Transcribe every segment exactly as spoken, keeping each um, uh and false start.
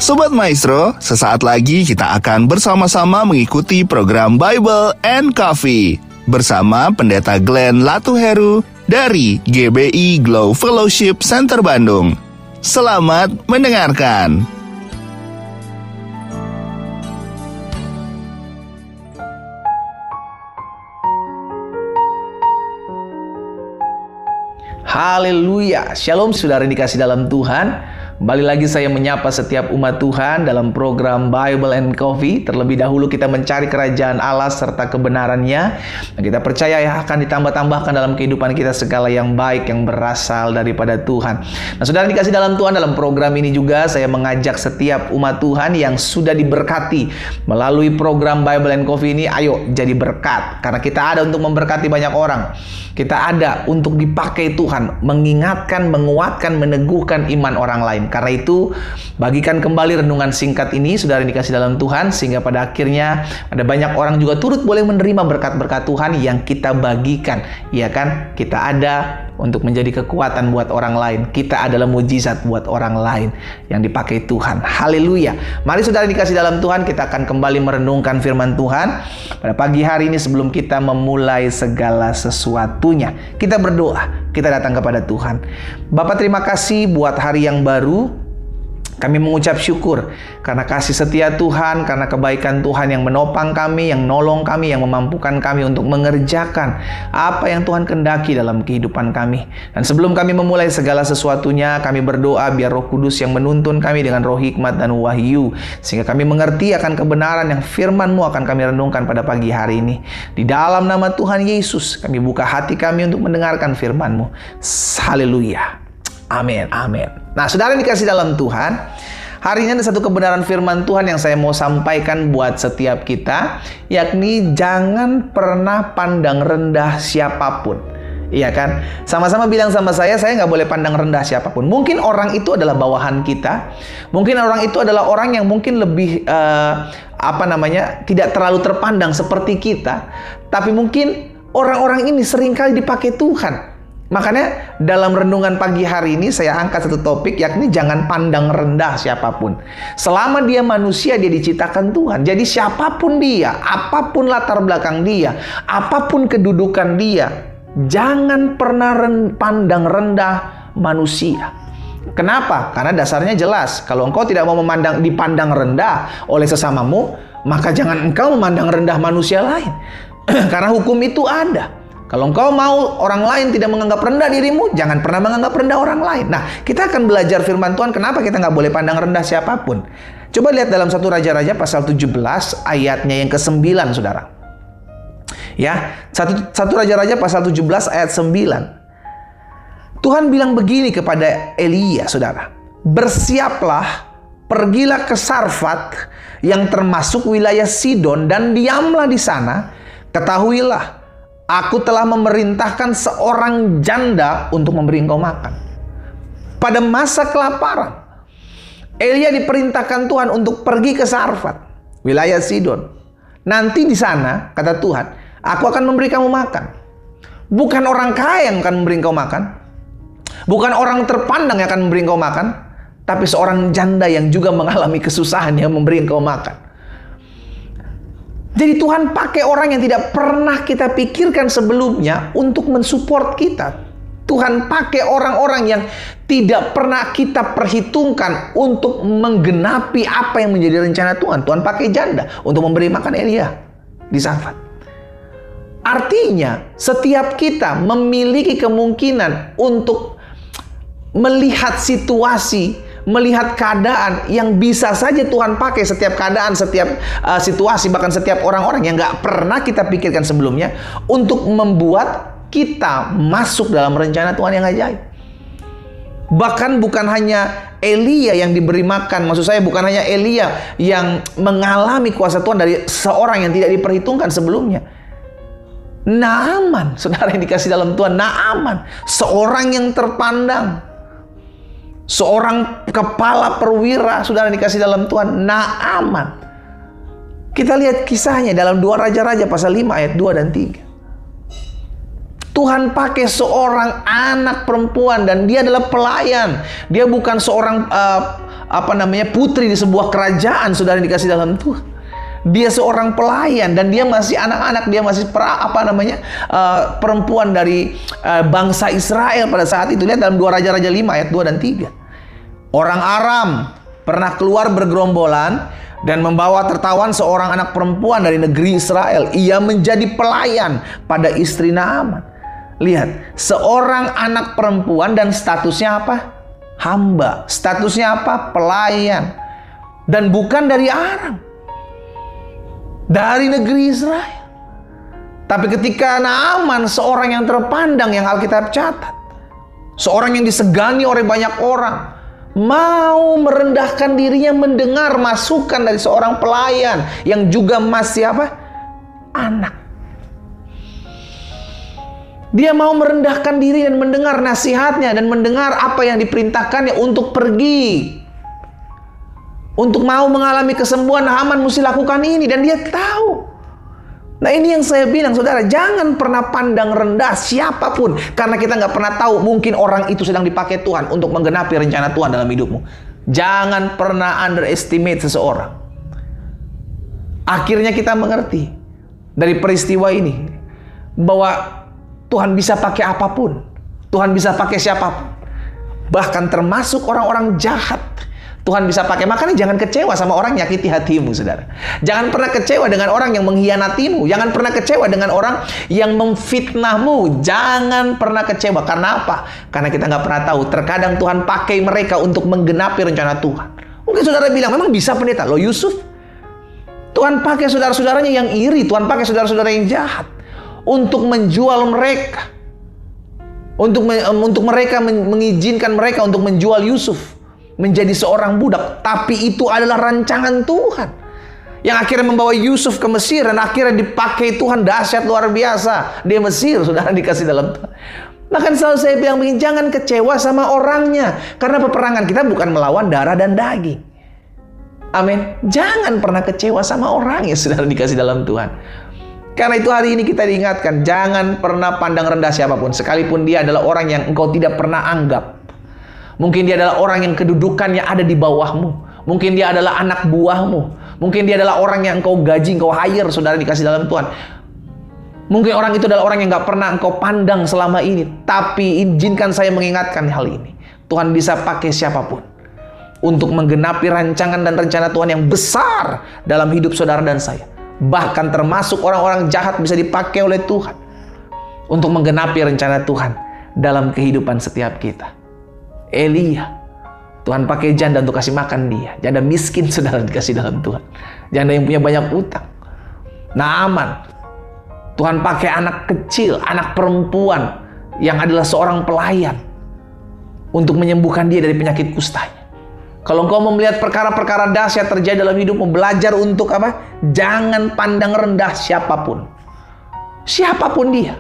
Sobat Maestro, sesaat lagi kita akan bersama-sama mengikuti program Bible and Coffee bersama Pendeta Glenn Latuheru dari G B I Glow Fellowship Center Bandung. Selamat mendengarkan. Haleluya, Shalom saudara yang dikasih dalam Tuhan. Kembali lagi saya menyapa setiap umat Tuhan dalam program Bible and Coffee. Terlebih dahulu kita mencari kerajaan Allah serta kebenarannya. Dan kita percaya ya akan ditambah-tambahkan dalam kehidupan kita segala yang baik yang berasal daripada Tuhan. Nah saudara yang dikasih dalam Tuhan, dalam program ini juga saya mengajak setiap umat Tuhan yang sudah diberkati melalui program Bible and Coffee ini, ayo jadi berkat. Karena kita ada untuk memberkati banyak orang. Kita ada untuk dipakai Tuhan, mengingatkan, menguatkan, meneguhkan iman orang lain. Karena itu, bagikan kembali renungan singkat ini, saudara yang dikasih dalam Tuhan, sehingga pada akhirnya ada banyak orang juga turut boleh menerima berkat-berkat Tuhan yang kita bagikan. Ya kan? Kita ada untuk menjadi kekuatan buat orang lain. Kita adalah mujizat buat orang lain yang dipakai Tuhan. Haleluya. Mari saudara yang dikasih dalam Tuhan, kita akan kembali merenungkan firman Tuhan pada pagi hari ini sebelum kita memulai segala sesuatunya. Kita berdoa, kita datang kepada Tuhan. Bapa, terima kasih buat hari yang baru. Kami mengucap syukur karena kasih setia Tuhan, karena kebaikan Tuhan yang menopang kami, yang nolong kami, yang memampukan kami untuk mengerjakan apa yang Tuhan kehendaki dalam kehidupan kami. Dan sebelum kami memulai segala sesuatunya, kami berdoa biar Roh Kudus yang menuntun kami dengan roh hikmat dan wahyu, sehingga kami mengerti akan kebenaran yang firman-Mu akan kami renungkan pada pagi hari ini. Di dalam nama Tuhan Yesus, kami buka hati kami untuk mendengarkan firman-Mu. Haleluya. Amin, amin. Nah, saudara yang dikasih dalam Tuhan, hari ini ada satu kebenaran firman Tuhan yang saya mau sampaikan buat setiap kita, yakni jangan pernah pandang rendah siapapun. Iya kan? Sama-sama bilang sama saya, saya nggak boleh pandang rendah siapapun. Mungkin orang itu adalah bawahan kita, mungkin orang itu adalah orang yang mungkin lebih uh, apa namanya tidak terlalu terpandang seperti kita, tapi mungkin orang-orang ini seringkali dipakai Tuhan. Makanya dalam renungan pagi hari ini saya angkat satu topik, yakni jangan pandang rendah siapapun. Selama dia manusia, dia diciptakan Tuhan. Jadi siapapun dia, apapun latar belakang dia, apapun kedudukan dia, jangan pernah ren- pandang rendah manusia. Kenapa? Karena dasarnya jelas. Kalau engkau tidak mau memandang dipandang rendah oleh sesamamu, maka jangan engkau memandang rendah manusia lain. Karena hukum itu ada. Kalau engkau mau orang lain tidak menganggap rendah dirimu, jangan pernah menganggap rendah orang lain. Nah, kita akan belajar firman Tuhan, kenapa kita nggak boleh pandang rendah siapapun. Coba lihat dalam satu Raja-Raja pasal tujuh belas, ayatnya yang kesembilan, saudara. Ya, satu, satu Raja-Raja pasal tujuh belas, ayat sembilan. Tuhan bilang begini kepada Elia, saudara. Bersiaplah, pergilah ke Sarfat, yang termasuk wilayah Sidon, dan diamlah di sana. Ketahuilah, aku telah memerintahkan seorang janda untuk memberi engkau makan. Pada masa kelaparan, Elia diperintahkan Tuhan untuk pergi ke Sarfat, wilayah Sidon. Nanti di sana, kata Tuhan, aku akan memberi kamu makan. Bukan orang kaya yang akan memberi engkau makan, bukan orang terpandang yang akan memberi engkau makan, tapi seorang janda yang juga mengalami kesusahan yang memberi engkau makan. Jadi Tuhan pakai orang yang tidak pernah kita pikirkan sebelumnya untuk mensupport kita. Tuhan pakai orang-orang yang tidak pernah kita perhitungkan untuk menggenapi apa yang menjadi rencana Tuhan. Tuhan pakai janda untuk memberi makan Elia di Sarfat. Artinya setiap kita memiliki kemungkinan untuk melihat situasi, melihat keadaan yang bisa saja Tuhan pakai. Setiap keadaan, setiap uh, situasi, bahkan setiap orang-orang yang gak pernah kita pikirkan sebelumnya, untuk membuat kita masuk dalam rencana Tuhan yang ajaib. Bahkan bukan hanya Elia yang diberi makan, maksud saya bukan hanya Elia yang mengalami kuasa Tuhan dari seorang yang tidak diperhitungkan sebelumnya. Naaman, saudara yang dikasih dalam Tuhan, Naaman, seorang yang terpandang, seorang kepala perwira, saudara dikasih dalam Tuhan, Naaman. Kita lihat kisahnya dalam dua Raja-Raja pasal lima ayat dua dan tiga. Tuhan pakai seorang anak perempuan dan dia adalah pelayan. Dia bukan seorang uh, apa namanya putri di sebuah kerajaan, saudara yang dikasih dalam Tuhan. Dia seorang pelayan dan dia masih anak-anak, dia masih pra, apa namanya uh, perempuan dari uh, bangsa Israel pada saat itu. Lihat dalam dua Raja-Raja lima ayat dua dan tiga. Orang Aram pernah keluar bergerombolan dan membawa tertawan seorang anak perempuan dari negeri Israel. Ia menjadi pelayan pada istri Naaman. Lihat, seorang anak perempuan dan statusnya apa? Hamba. Statusnya apa? Pelayan. Dan bukan dari Aram, dari negeri Israel. Tapi ketika Naaman, seorang yang terpandang yang Alkitab catat, seorang yang disegani oleh banyak orang, mau merendahkan dirinya mendengar masukan dari seorang pelayan yang juga masih apa? Anak. Dia mau merendahkan diri dan mendengar nasihatnya dan mendengar apa yang diperintahkannya untuk pergi. Untuk mau mengalami kesembuhan, Naaman mesti lakukan ini. Dan dia tahu. Nah, ini yang saya bilang, saudara, jangan pernah pandang rendah siapapun. Karena kita nggak pernah tahu, mungkin orang itu sedang dipakai Tuhan untuk menggenapi rencana Tuhan dalam hidupmu. Jangan pernah underestimate seseorang. Akhirnya kita mengerti dari peristiwa ini bahwa Tuhan bisa pakai apapun. Tuhan bisa pakai siapapun. Bahkan termasuk orang-orang jahat. Tuhan bisa pakai. Makanya jangan kecewa sama orang yang nyakiti hatimu, saudara. Jangan pernah kecewa dengan orang yang mengkhianatimu. Jangan pernah kecewa dengan orang yang memfitnahmu. Jangan pernah kecewa. Karena apa? Karena kita nggak pernah tahu. Terkadang Tuhan pakai mereka untuk menggenapi rencana Tuhan. Mungkin saudara bilang, memang bisa pendeta. Loh Yusuf, Tuhan pakai saudara-saudaranya yang iri. Tuhan pakai saudara-saudara yang jahat untuk menjual mereka. Untuk, untuk mereka mengizinkan mereka untuk menjual Yusuf menjadi seorang budak. Tapi itu adalah rancangan Tuhan yang akhirnya membawa Yusuf ke Mesir. Dan akhirnya dipakai Tuhan dahsyat luar biasa di Mesir, saudara dikasih dalam Tuhan. Bahkan selalu saya bilang begini, jangan kecewa sama orangnya. Karena peperangan kita bukan melawan darah dan daging. Amin. Jangan pernah kecewa sama orangnya, saudara dikasih dalam Tuhan. Karena itu hari ini kita diingatkan, jangan pernah pandang rendah siapapun. Sekalipun dia adalah orang yang engkau tidak pernah anggap. Mungkin dia adalah orang yang kedudukannya ada di bawahmu. Mungkin dia adalah anak buahmu. Mungkin dia adalah orang yang engkau gaji, engkau hire, saudara dikasih dalam Tuhan. Mungkin orang itu adalah orang yang gak pernah engkau pandang selama ini. Tapi izinkan saya mengingatkan hal ini. Tuhan bisa pakai siapapun untuk menggenapi rancangan dan rencana Tuhan yang besar dalam hidup saudara dan saya. Bahkan termasuk orang-orang jahat bisa dipakai oleh Tuhan untuk menggenapi rencana Tuhan dalam kehidupan setiap kita. Elia, Tuhan pakai janda untuk kasih makan dia. Janda miskin, saudara dikasih dalam Tuhan. Janda yang punya banyak utang. Naaman, Tuhan pakai anak kecil, anak perempuan yang adalah seorang pelayan untuk menyembuhkan dia dari penyakit kustanya. Kalau engkau mau melihat perkara-perkara dahsyat terjadi dalam hidupmu, belajar untuk apa? Jangan pandang rendah siapapun. Siapapun dia.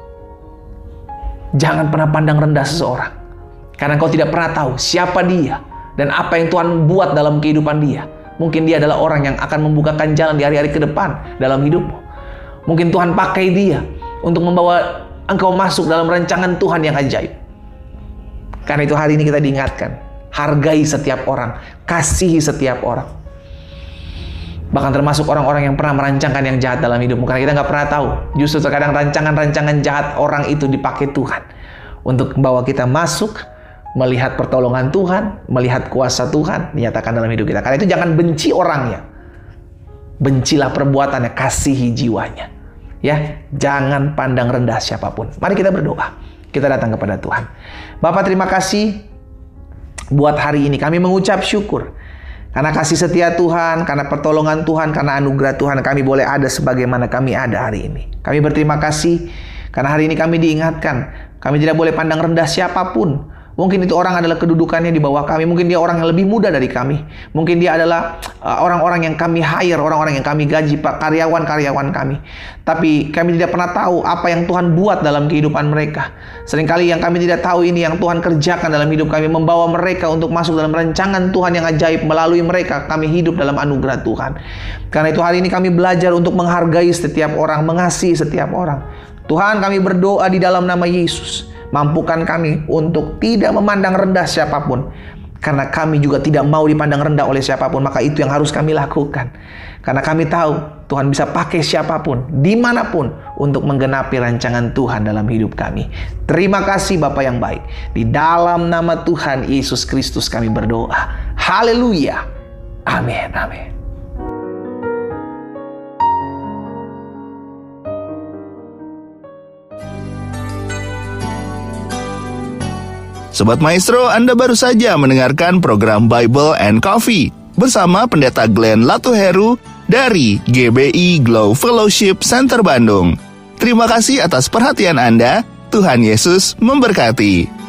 Jangan pernah pandang rendah seseorang. Karena engkau tidak pernah tahu siapa dia dan apa yang Tuhan buat dalam kehidupan dia. Mungkin dia adalah orang yang akan membukakan jalan di hari-hari ke depan dalam hidupmu. Mungkin Tuhan pakai dia untuk membawa engkau masuk dalam rancangan Tuhan yang ajaib. Karena itu hari ini kita diingatkan, hargai setiap orang, kasihi setiap orang. Bahkan termasuk orang-orang yang pernah merancangkan yang jahat dalam hidupmu. Karena kita nggak pernah tahu. Justru terkadang rancangan-rancangan jahat orang itu dipakai Tuhan untuk membawa kita masuk, melihat pertolongan Tuhan, melihat kuasa Tuhan dinyatakan dalam hidup kita. Karena itu jangan benci orangnya. Bencilah perbuatannya, kasihi jiwanya. Ya, jangan pandang rendah siapapun. Mari kita berdoa. Kita datang kepada Tuhan. Bapak, terima kasih buat hari ini. Kami mengucap syukur karena kasih setia Tuhan, karena pertolongan Tuhan, karena anugerah Tuhan kami boleh ada sebagaimana kami ada hari ini. Kami berterima kasih karena hari ini kami diingatkan, kami tidak boleh pandang rendah siapapun. Mungkin itu orang adalah kedudukannya di bawah kami. Mungkin dia orang yang lebih muda dari kami. Mungkin dia adalah orang-orang uh, yang kami hire, orang-orang yang kami gaji, karyawan-karyawan kami. Tapi kami tidak pernah tahu apa yang Tuhan buat dalam kehidupan mereka. Seringkali yang kami tidak tahu ini yang Tuhan kerjakan dalam hidup kami, membawa mereka untuk masuk dalam rancangan Tuhan yang ajaib. Melalui mereka kami hidup dalam anugerah Tuhan. Karena itu hari ini kami belajar untuk menghargai setiap orang, mengasihi setiap orang. Tuhan, kami berdoa di dalam nama Yesus. Mampukan kami untuk tidak memandang rendah siapapun. Karena kami juga tidak mau dipandang rendah oleh siapapun, maka itu yang harus kami lakukan. Karena kami tahu Tuhan bisa pakai siapapun, dimanapun, untuk menggenapi rancangan Tuhan dalam hidup kami. Terima kasih Bapa yang baik. Di dalam nama Tuhan Yesus Kristus kami berdoa. Haleluya. Amin. Amin. Sobat Maestro, Anda baru saja mendengarkan program Bible and Coffee bersama Pendeta Glenn Latuheru dari G B I Glow Fellowship Center Bandung. Terima kasih atas perhatian Anda. Tuhan Yesus memberkati.